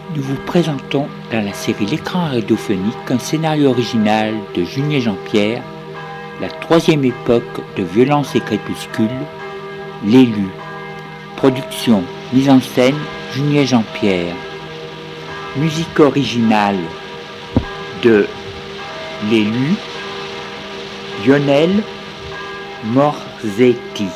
Nous vous présentons dans la série L'écran radiophonique un scénario original de Junier Jean-Pierre, la troisième époque de Violence et Crépuscule, L'élu. Production, mise en scène, Junier Jean-Pierre. Musique originale de L'élu, Lionel Morzetti.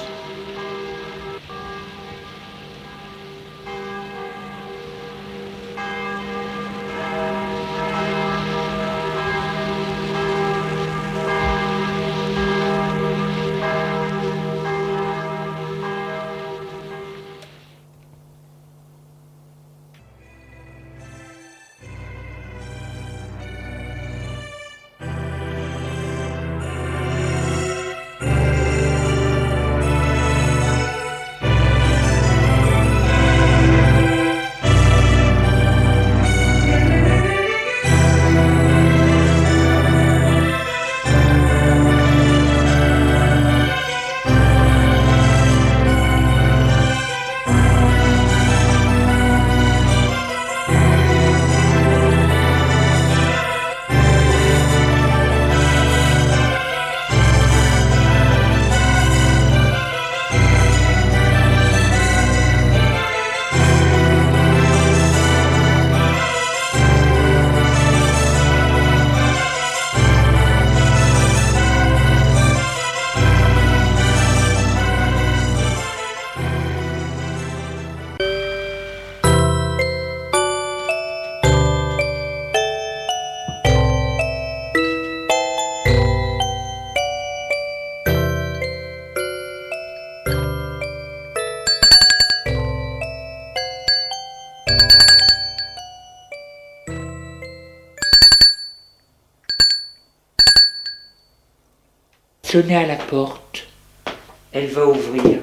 Sonner à la porte, elle va ouvrir.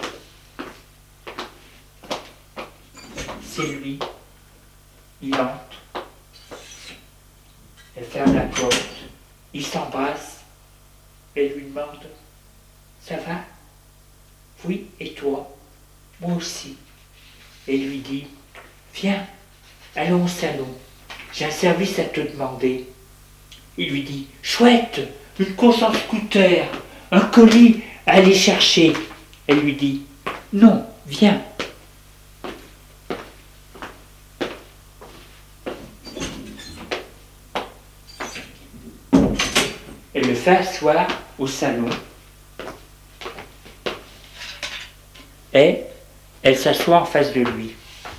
C'est lui, il entre, elle ferme la porte, ils s'embrassent, elle lui demande « Ça va ? Oui, et toi ? Moi aussi. » Elle lui dit « Viens, allons au salon, j'ai un service à te demander. » Il lui dit « Chouette ! Une course en scooter, un colis à aller chercher. » Elle lui dit « Non, viens. » Elle le fait asseoir au salon et elle s'assoit en face de lui.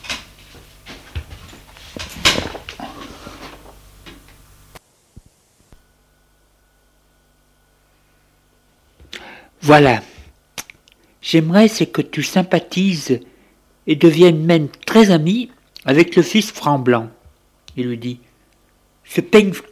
Voilà, j'aimerais c'est que tu sympathises et deviennes même très ami avec le fils Franc-Blanc. Il lui dit, ce peigne-cul ?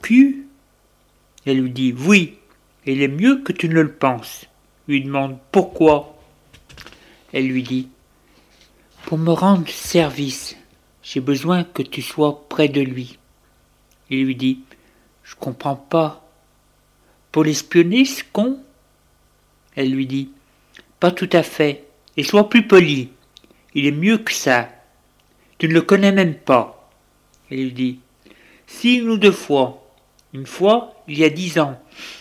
Elle lui dit, oui, il est mieux que tu ne le penses. Il lui demande, pourquoi ? Elle lui dit, pour me rendre service, j'ai besoin que tu sois près de lui. Il lui dit, je comprends pas. Pour l'espionner, ce con ? Elle lui dit, pas tout à fait, et sois plus poli, il est mieux que ça, tu ne le connais même pas. Elle lui dit, si une ou deux fois, une fois, il y a 10 ans,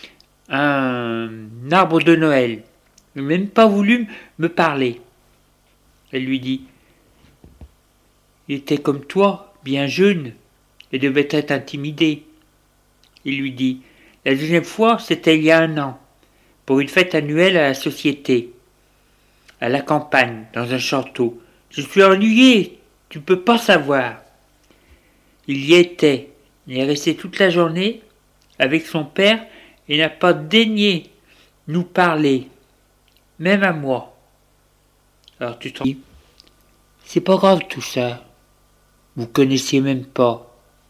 un arbre de Noël, il n'a même pas voulu me parler. Elle lui dit, il était comme toi, bien jeune, et devait être intimidé. Il lui dit, la deuxième fois, c'était il y a 1 an. Pour une fête annuelle à la société, à la campagne, dans un château. Je suis ennuyé, tu peux pas savoir. Il y était, il est resté toute la journée avec son père et n'a pas daigné nous parler, même à moi. Alors tu te dis, c'est pas grave tout ça, vous connaissiez même pas.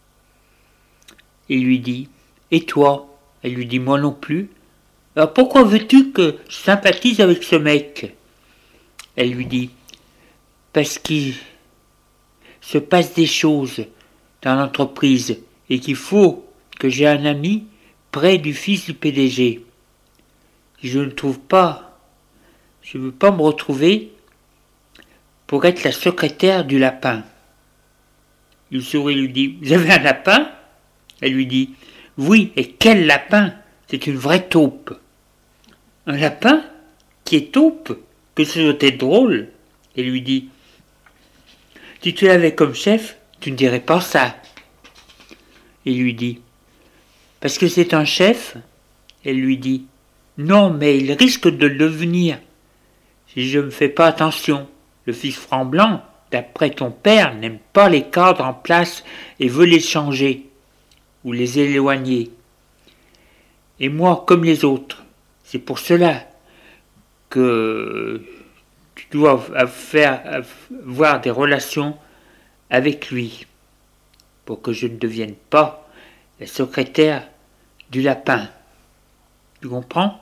Il lui dit, et toi ? Elle lui dit, moi non plus. Alors pourquoi veux-tu que je sympathise avec ce mec ? Elle lui dit, parce qu'il se passe des choses dans l'entreprise et qu'il faut que j'ai un ami près du fils du PDG. Je ne trouve pas, je ne veux pas me retrouver pour être la secrétaire du lapin. Il sourit et lui dit, vous avez un lapin? Elle lui dit, oui, et quel lapin? C'est une vraie taupe. Un lapin qui est taupe? Que ce soit drôle. Elle lui dit, si tu l'avais comme chef, tu ne dirais pas ça. Il lui dit, parce que c'est un chef? Elle lui dit, non, mais il risque de le devenir. Si je ne fais pas attention, le fils Franc-Blanc, d'après ton père, n'aime pas les cadres en place et veut les changer ou les éloigner. Et moi, comme les autres, c'est pour cela que tu dois avoir des relations avec lui, pour que je ne devienne pas la secrétaire du lapin. Tu comprends?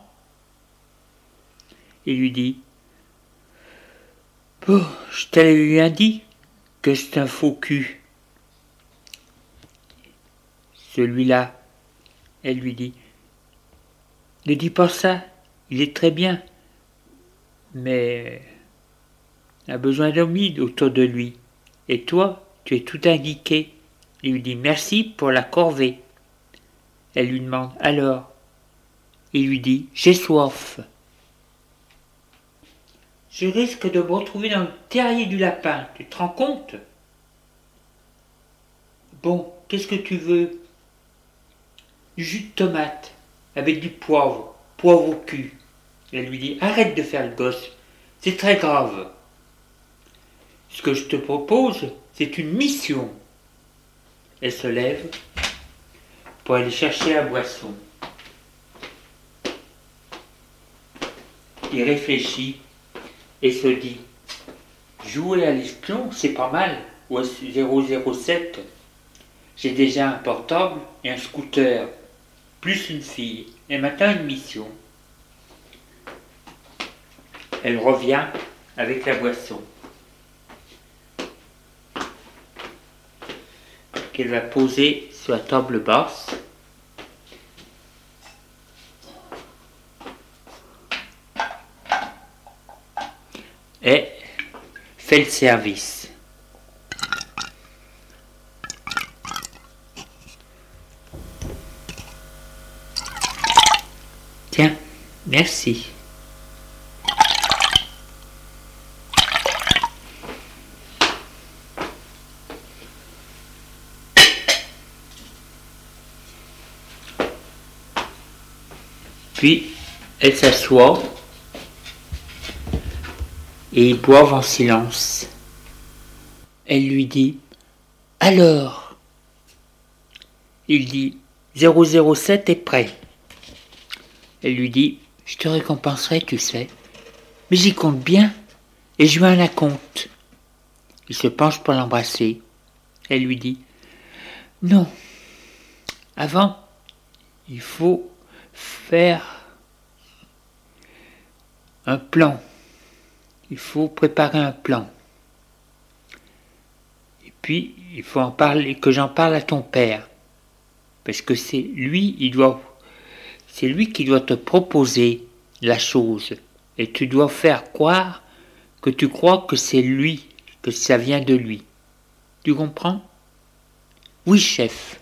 Il lui dit, oh, je t'avais bien dit que c'est un faux cul. Celui-là, elle lui dit, ne dis pas ça, il est très bien, mais il a besoin d'amis autour de lui. Et toi, tu es tout indiqué. Il lui dit merci pour la corvée. Elle lui demande alors. Il lui dit j'ai soif. Je risque de me retrouver dans le terrier du lapin, tu te rends compte? Bon, qu'est-ce que tu veux? Du jus de tomate, avec du poivre au cul. Elle lui dit arrête de faire le gosse, c'est très grave. Ce que je te propose, c'est une mission. Elle se lève pour aller chercher la boisson. Il réfléchit et se dit jouer à l'espion, c'est pas mal. Ou à 007, j'ai déjà un portable et un scooter, plus une fille, et maintenant une mission. Elle revient avec la boisson qu'elle va poser sur la table basse. Et fait le service. Tiens, merci. Puis, elle s'assoit et ils boivent en silence. Elle lui dit « Alors ?» Il dit « 007 est prêt. » Elle lui dit « Je te récompenserai, tu sais. Mais j'y compte bien et je veux un acompte. » Il se penche pour l'embrasser. Elle lui dit « Non. Avant, il faut faire un plan. Il faut préparer un plan. Et puis, il faut en parler, que j'en parle à ton père. Parce que c'est lui qui doit te proposer la chose. Et tu dois faire croire que tu crois que c'est lui, que ça vient de lui. Tu comprends? Oui, chef.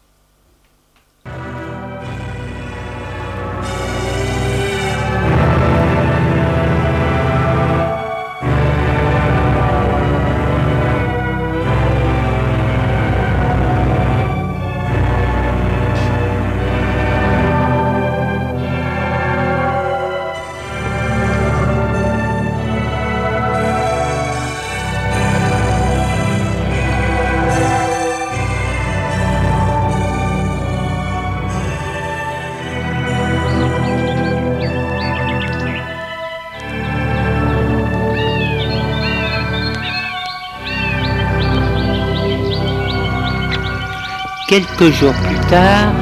Quelques jours plus tard,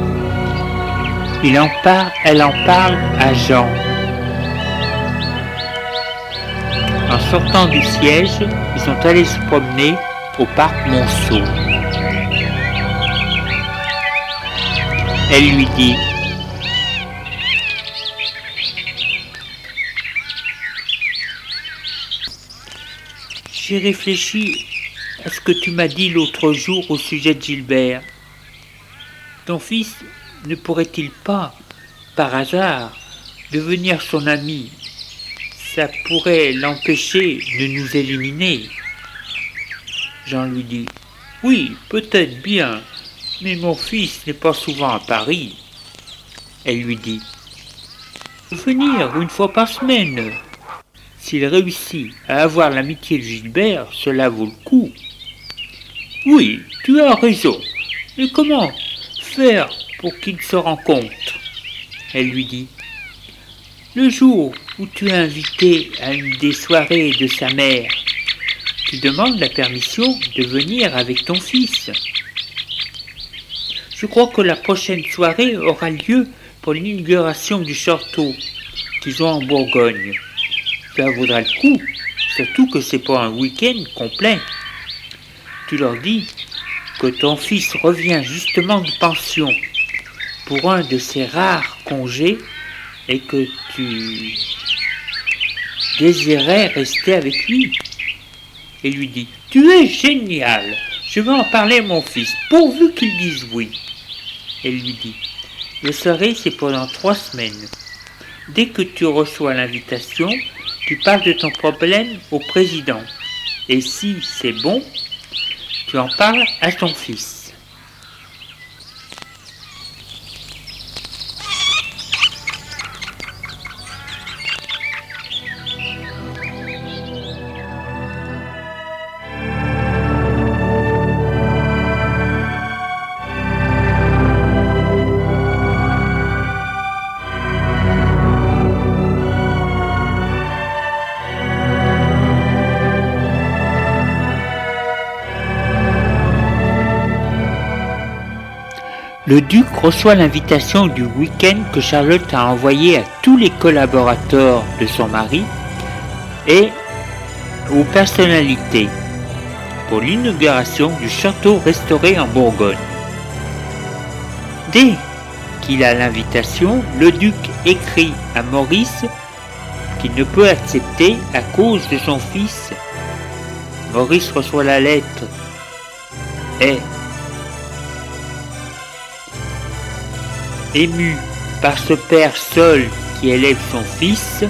elle en parle à Jean. En sortant du siège, ils sont allés se promener au parc Monceau. Elle lui dit « J'ai réfléchi à ce que tu m'as dit l'autre jour au sujet de Gilbert. Ton fils ne pourrait-il pas, par hasard, devenir son ami? Ça pourrait l'empêcher de nous éliminer. Jean lui dit: oui, peut-être bien, mais mon fils n'est pas souvent à Paris. Elle lui dit: venir une fois par semaine. S'il réussit à avoir l'amitié de Gilbert, cela vaut le coup. Oui, tu as raison. Mais comment faire pour qu'ils se rencontrent? Elle lui dit: le jour où tu es invité à une des soirées de sa mère, tu demandes la permission de venir avec ton fils. Je crois que la prochaine soirée aura lieu pour l'inauguration du château qu'ils ont en Bourgogne. Ça vaudra le coup, surtout que c'est pour un week-end complet. Tu leur dis que ton fils revient justement de pension pour un de ses rares congés et que tu désirais rester avec lui. Et lui dit: tu es génial, je vais en parler à mon fils, pourvu qu'il dise oui. Elle lui dit: le soirée, c'est pendant 3 semaines. Dès que tu reçois l'invitation, tu parles de ton problème au président. Et si c'est bon, tu en parles à ton fils. Le duc reçoit l'invitation du week-end que Charlotte a envoyée à tous les collaborateurs de son mari et aux personnalités pour l'inauguration du château restauré en Bourgogne. Dès qu'il a l'invitation, le duc écrit à Maurice qu'il ne peut accepter à cause de son fils. Maurice reçoit la lettre et, ému par ce père seul qui élève son fils,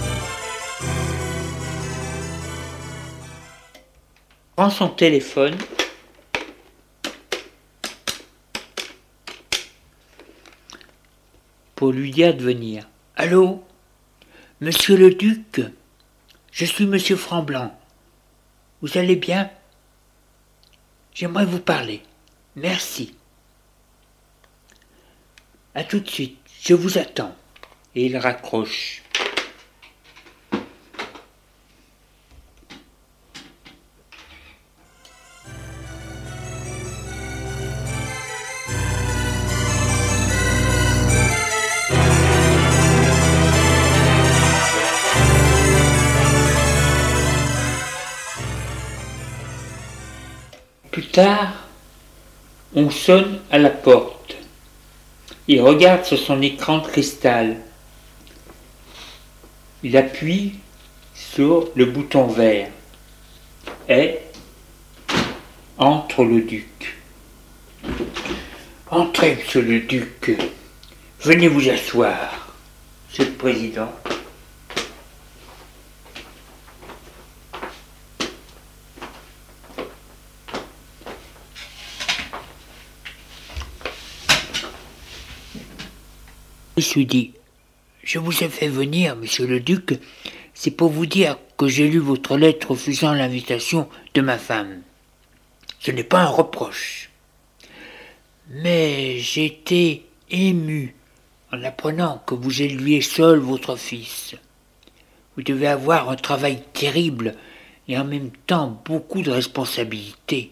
prend son téléphone pour lui dire de venir. « Allô, monsieur le duc, je suis monsieur Framblanc. Vous allez bien? J'aimerais vous parler. Merci. À tout de suite, je vous attends. » Et il raccroche. Plus tard, on sonne à la porte. Il regarde sur son écran de cristal. Il appuie sur le bouton vert et entre le duc. « Entrez, monsieur le duc. Venez vous asseoir, monsieur le président. » Il lui dit: « Je vous ai fait venir, monsieur le duc, c'est pour vous dire que j'ai lu votre lettre refusant l'invitation de ma femme. Ce n'est pas un reproche. Mais j'ai été ému en apprenant que vous éleviez seul votre fils. Vous devez avoir un travail terrible et en même temps beaucoup de responsabilités. »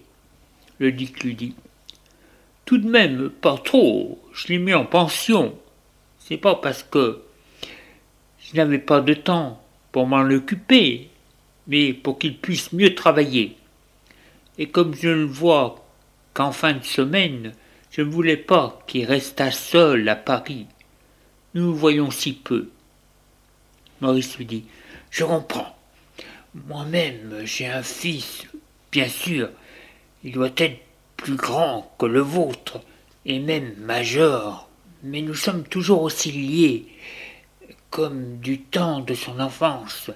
Le duc lui dit: « Tout de même, pas trop, je l'ai mis en pension. C'est pas parce que je n'avais pas de temps pour m'en occuper, mais pour qu'il puisse mieux travailler. Et comme je ne le vois qu'en fin de semaine, je ne voulais pas qu'il restât seul à Paris. Nous nous voyons si peu. » Maurice lui dit: « Je comprends. Moi-même, j'ai un fils, bien sûr, Il doit être plus grand que le vôtre, et même major, mais nous sommes toujours aussi liés, comme du temps de son enfance.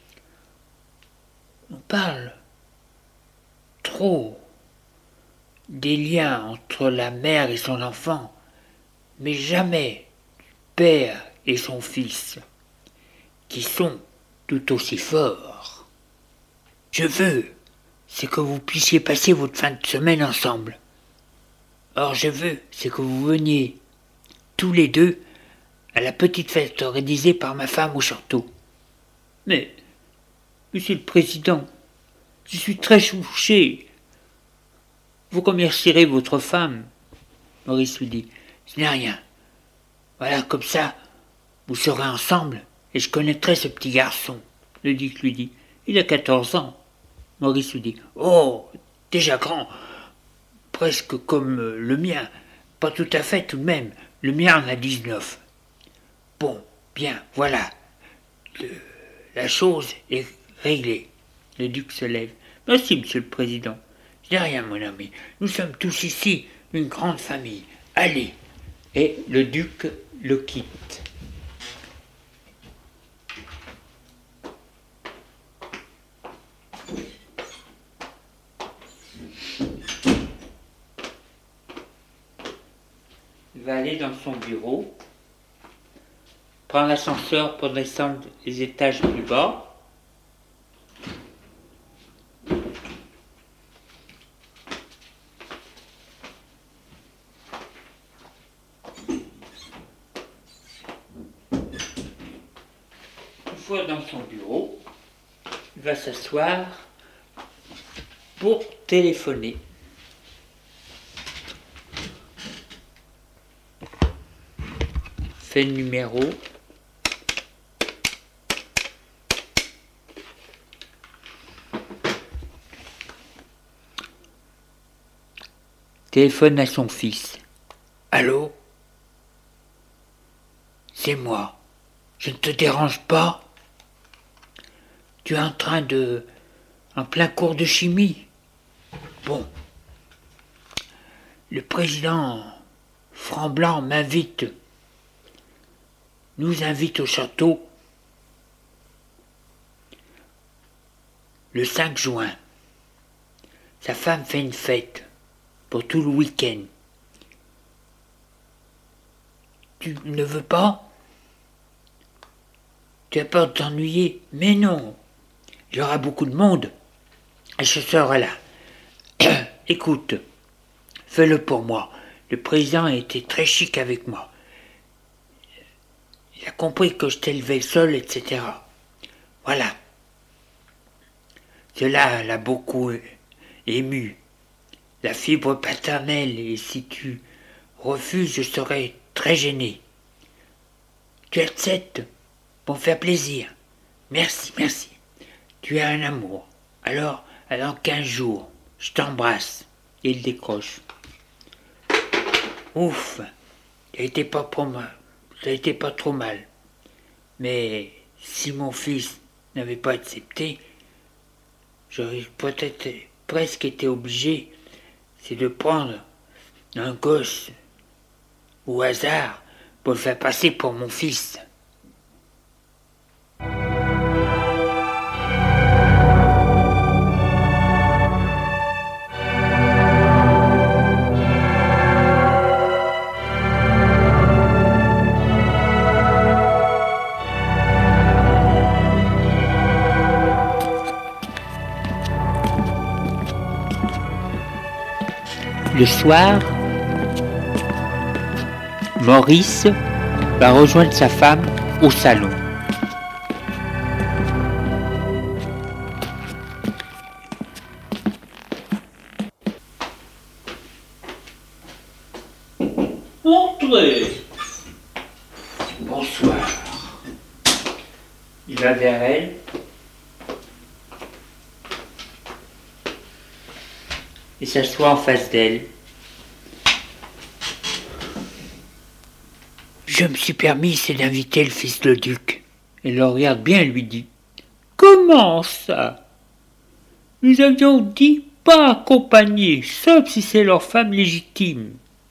On parle trop des liens entre la mère et son enfant, mais jamais du père et son fils, qui sont tout aussi forts. Je veux, c'est que vous puissiez passer votre fin de semaine ensemble. Or je veux, c'est que vous veniez tous les deux à la petite fête organisée par ma femme au château. Mais, monsieur le président, je suis très touché. Vous remercierez votre femme. Maurice lui dit. Ce n'est rien. Voilà, comme ça, vous serez ensemble et je connaîtrai ce petit garçon. Le duc lui dit. Il a 14 ans. Maurice lui dit. Oh, déjà grand. Presque comme le mien. Pas tout à fait tout de même. Le mien en a 19. Bon, bien, voilà. La chose est réglée. Le duc se lève. Merci, monsieur le président. Je n'ai rien, mon ami. Nous sommes tous ici une grande famille. Allez. Et le duc le quitte. Il va aller dans son bureau, prendre l'ascenseur pour descendre les étages plus bas. Une fois dans son bureau, il va s'asseoir pour téléphoner. Fait le numéro. Téléphone à son fils. Allô? C'est moi. Je ne te dérange pas? Tu es en plein cours de chimie. Bon. Le président Framblanc nous invite au château le 5 juin. Sa femme fait une fête pour tout le week-end. Tu ne veux pas? Tu as peur de t'ennuyer? Mais non, il y aura beaucoup de monde et je serai là. Écoute, fais-le pour moi. Le président a été très chic avec moi. Il a compris que je t'élevais seul, etc. Voilà. Cela l'a beaucoup ému. La fibre paternelle, et si tu refuses, je serai très gêné. Tu acceptes pour me faire plaisir. Merci, merci. Tu es un amour. Alors, dans 15 jours, je t'embrasse. Et il décroche. Ouf, ça a été pas trop mal. Mais si mon fils n'avait pas accepté, j'aurais peut-être presque été obligé, c'est de prendre un gosse au hasard pour le faire passer pour mon fils. Le soir, Maurice va rejoindre sa femme au salon. Entrez. Bonsoir. Il va vers elle. Et s'assoit en face d'elle. Je me suis permis, c'est d'inviter le fils de duc. Elle le regarde bien et lui dit. Comment ça? Nous avions dit pas accompagner, sauf si c'est leur femme légitime.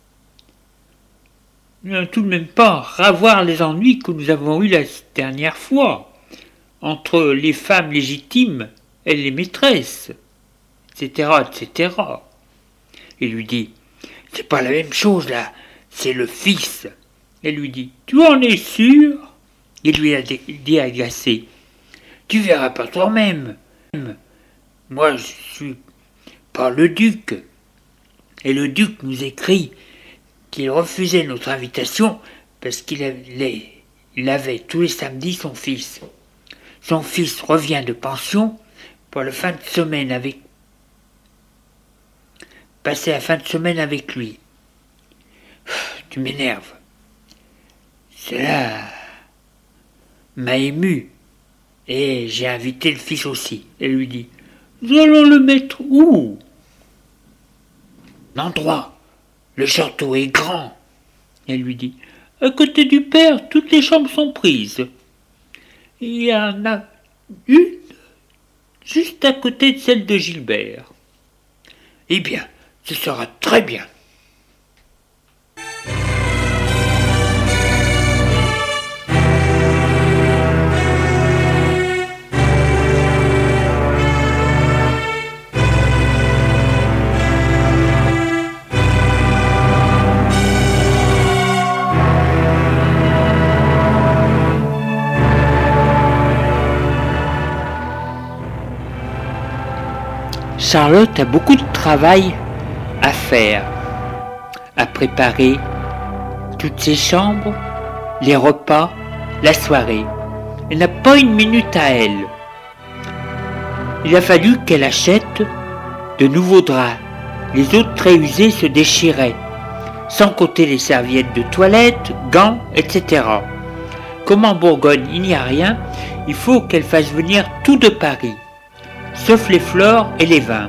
Ne tout de même pas ravoir les ennuis que nous avons eus la dernière fois, entre les femmes légitimes et les maîtresses, etc., etc. Il lui dit, c'est pas la même chose là, c'est le fils. Elle lui dit, tu en es sûr? Il lui a dit agacé, tu verras par toi-même. Moi, je suis pas le duc. Et le duc nous écrit qu'il refusait notre invitation parce qu'il avait tous les samedis son fils. Son fils revient de pension pour passer la fin de semaine avec lui. Tu m'énerves. Cela m'a ému. Et j'ai invité le fils aussi. Elle lui dit, nous allons le mettre où? L'endroit. Le château est grand. Elle lui dit, à côté du père, toutes les chambres sont prises. Il y en a une juste à côté de celle de Gilbert. Eh bien, ce sera très bien. Charlotte a beaucoup de travail à faire, à préparer toutes ses chambres, les repas, la soirée. Elle n'a pas une minute à elle. Il a fallu qu'elle achète de nouveaux draps. Les autres très usés se déchiraient, sans compter les serviettes de toilette, gants, etc. Comme en Bourgogne il n'y a rien, il faut qu'elle fasse venir tout de Paris, sauf les fleurs et les vins.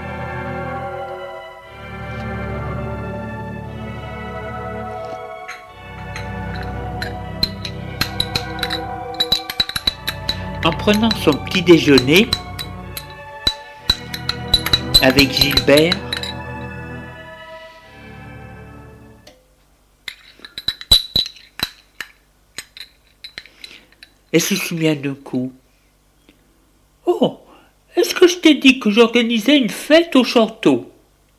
En prenant son petit déjeuner avec Gilbert, elle se souvient d'un coup. Oh, est-ce que je t'ai dit que j'organisais une fête au château?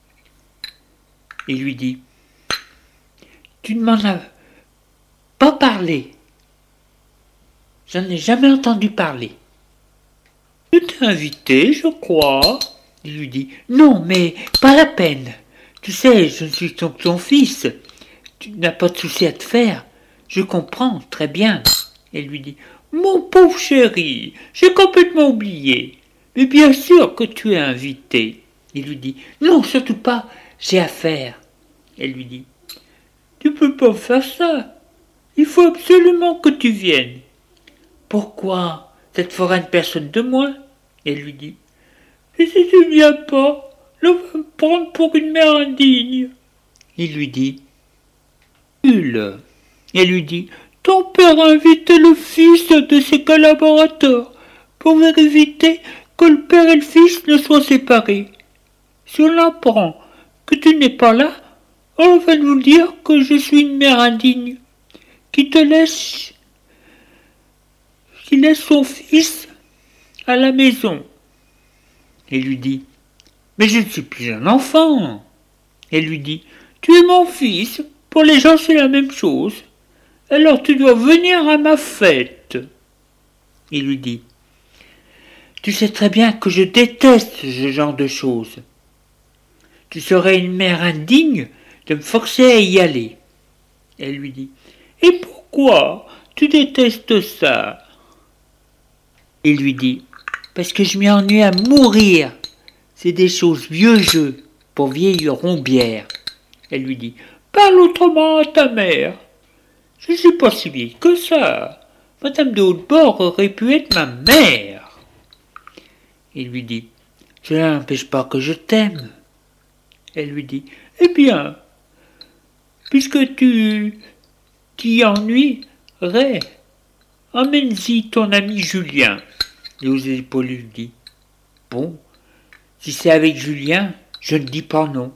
Il lui dit, tu ne m'en as pas parlé. J'en ai jamais entendu parler. Je t'ai invité, je crois. Il lui dit, non, mais pas la peine. Tu sais, je suis ton fils. Tu n'as pas de souci à te faire. Je comprends, très bien. Elle lui dit, mon pauvre chéri, j'ai complètement oublié. Mais bien sûr que tu es invité. Il lui dit, non, surtout pas, j'ai affaire. Elle lui dit, tu peux pas faire ça. Il faut absolument que tu viennes. Pourquoi? Ça te fera une personne de moins. Elle lui dit, et si tu ne viens pas, on va me prendre pour une mère indigne. Il lui dit, nul. Elle lui dit, ton père a invité le fils de ses collaborateurs pour éviter que le père et le fils ne soient séparés. Si on apprend que tu n'es pas là, on va nous dire que je suis une mère indigne qui laisse son fils à la maison. Il lui dit, mais je ne suis plus un enfant. Elle lui dit, tu es mon fils, pour les gens c'est la même chose. Alors tu dois venir à ma fête. Il lui dit, tu sais très bien que je déteste ce genre de choses. Tu serais une mère indigne de me forcer à y aller. Elle lui dit, et pourquoi tu détestes ça? Il lui dit, parce que je m'y ennuie à mourir. C'est des choses vieux jeux pour vieilles rombières. Elle lui dit, parle autrement à ta mère. Je ne suis pas si vieille que ça. Madame de Hautebord aurait pu être ma mère. Il lui dit, cela n'empêche pas que je t'aime. Elle lui dit, eh bien, puisque tu t'y ennuierais, emmène-y ton ami Julien. Et aux épaules lui dit, bon, Si c'est avec Julien, je ne dis pas non.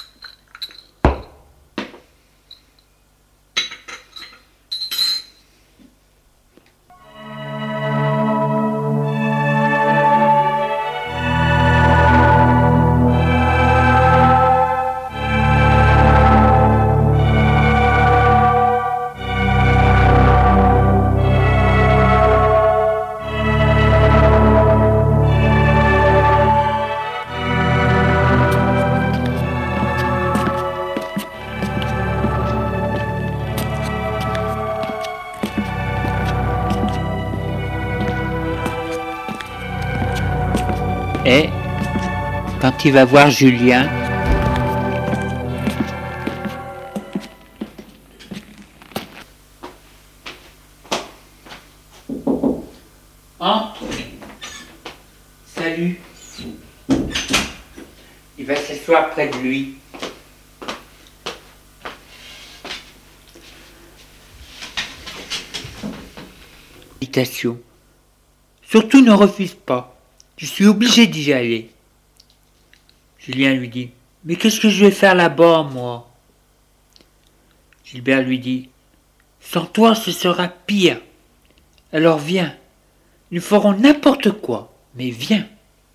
Et quand il va voir Julien, entre. Salut. Il va s'asseoir près de lui. Invitation. Surtout ne refuse pas. Je suis obligé d'y aller. Julien lui dit, mais qu'est-ce que je vais faire là-bas, moi? Gilbert lui dit, sans toi ce sera pire. Alors viens, nous ferons n'importe quoi, mais viens.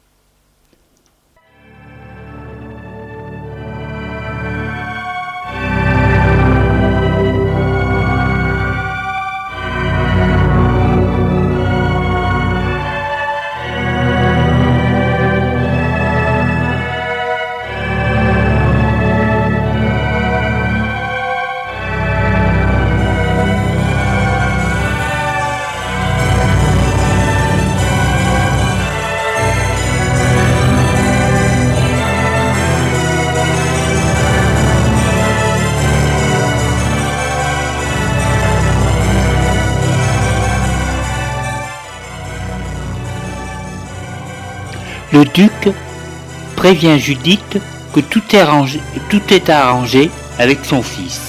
Le duc prévient Judith que tout est arrangé avec son fils.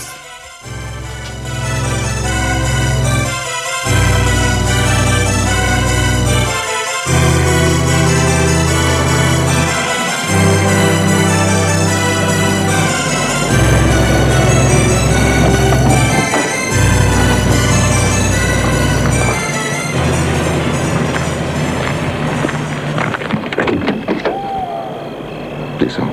Descends.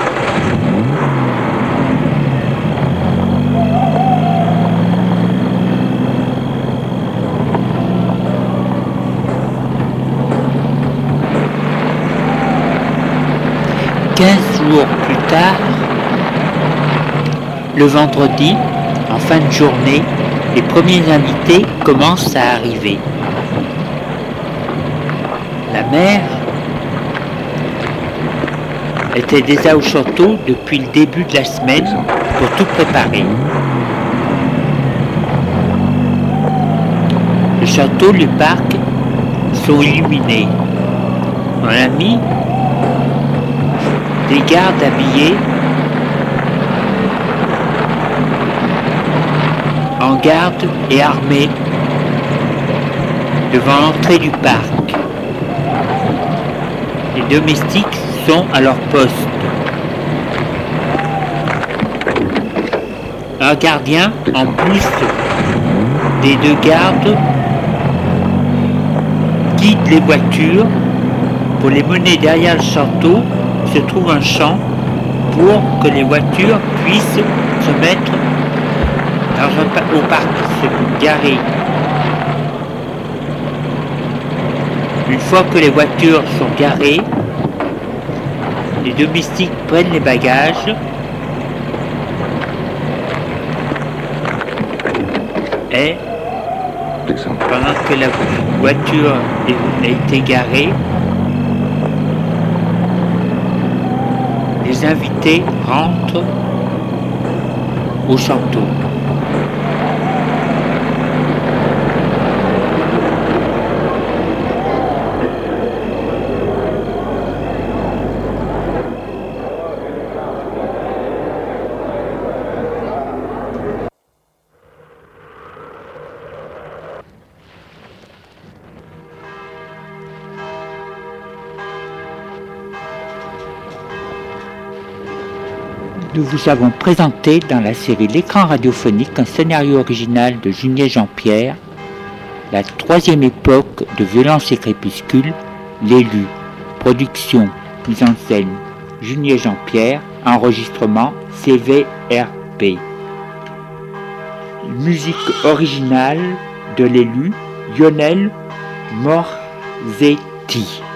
Jours plus tard, le vendredi, en fin de journée, les premiers invités commencent à arriver. La mère était déjà au château depuis le début de la semaine pour tout préparer. Le château, le parc sont illuminés. On a mis des gardes habillés en garde et armés devant l'entrée du parc. Les domestiques sont à leur poste. Un gardien, en plus des deux gardes, guide les voitures. Pour les mener derrière le château se trouve un champ pour que les voitures puissent se mettre au parc, se garer. Une fois que les voitures sont garées, les domestiques prennent les bagages et pendant que la voiture a été garée, les invités rentrent au château. Nous vous avons présenté dans la série L'écran radiophonique un scénario original de Junier Jean-Pierre, la troisième époque de Violence et Crépuscule, l'élu, production, mise en scène, Junier Jean-Pierre, enregistrement CVRP. Musique originale de l'élu, Lionel Morzetti.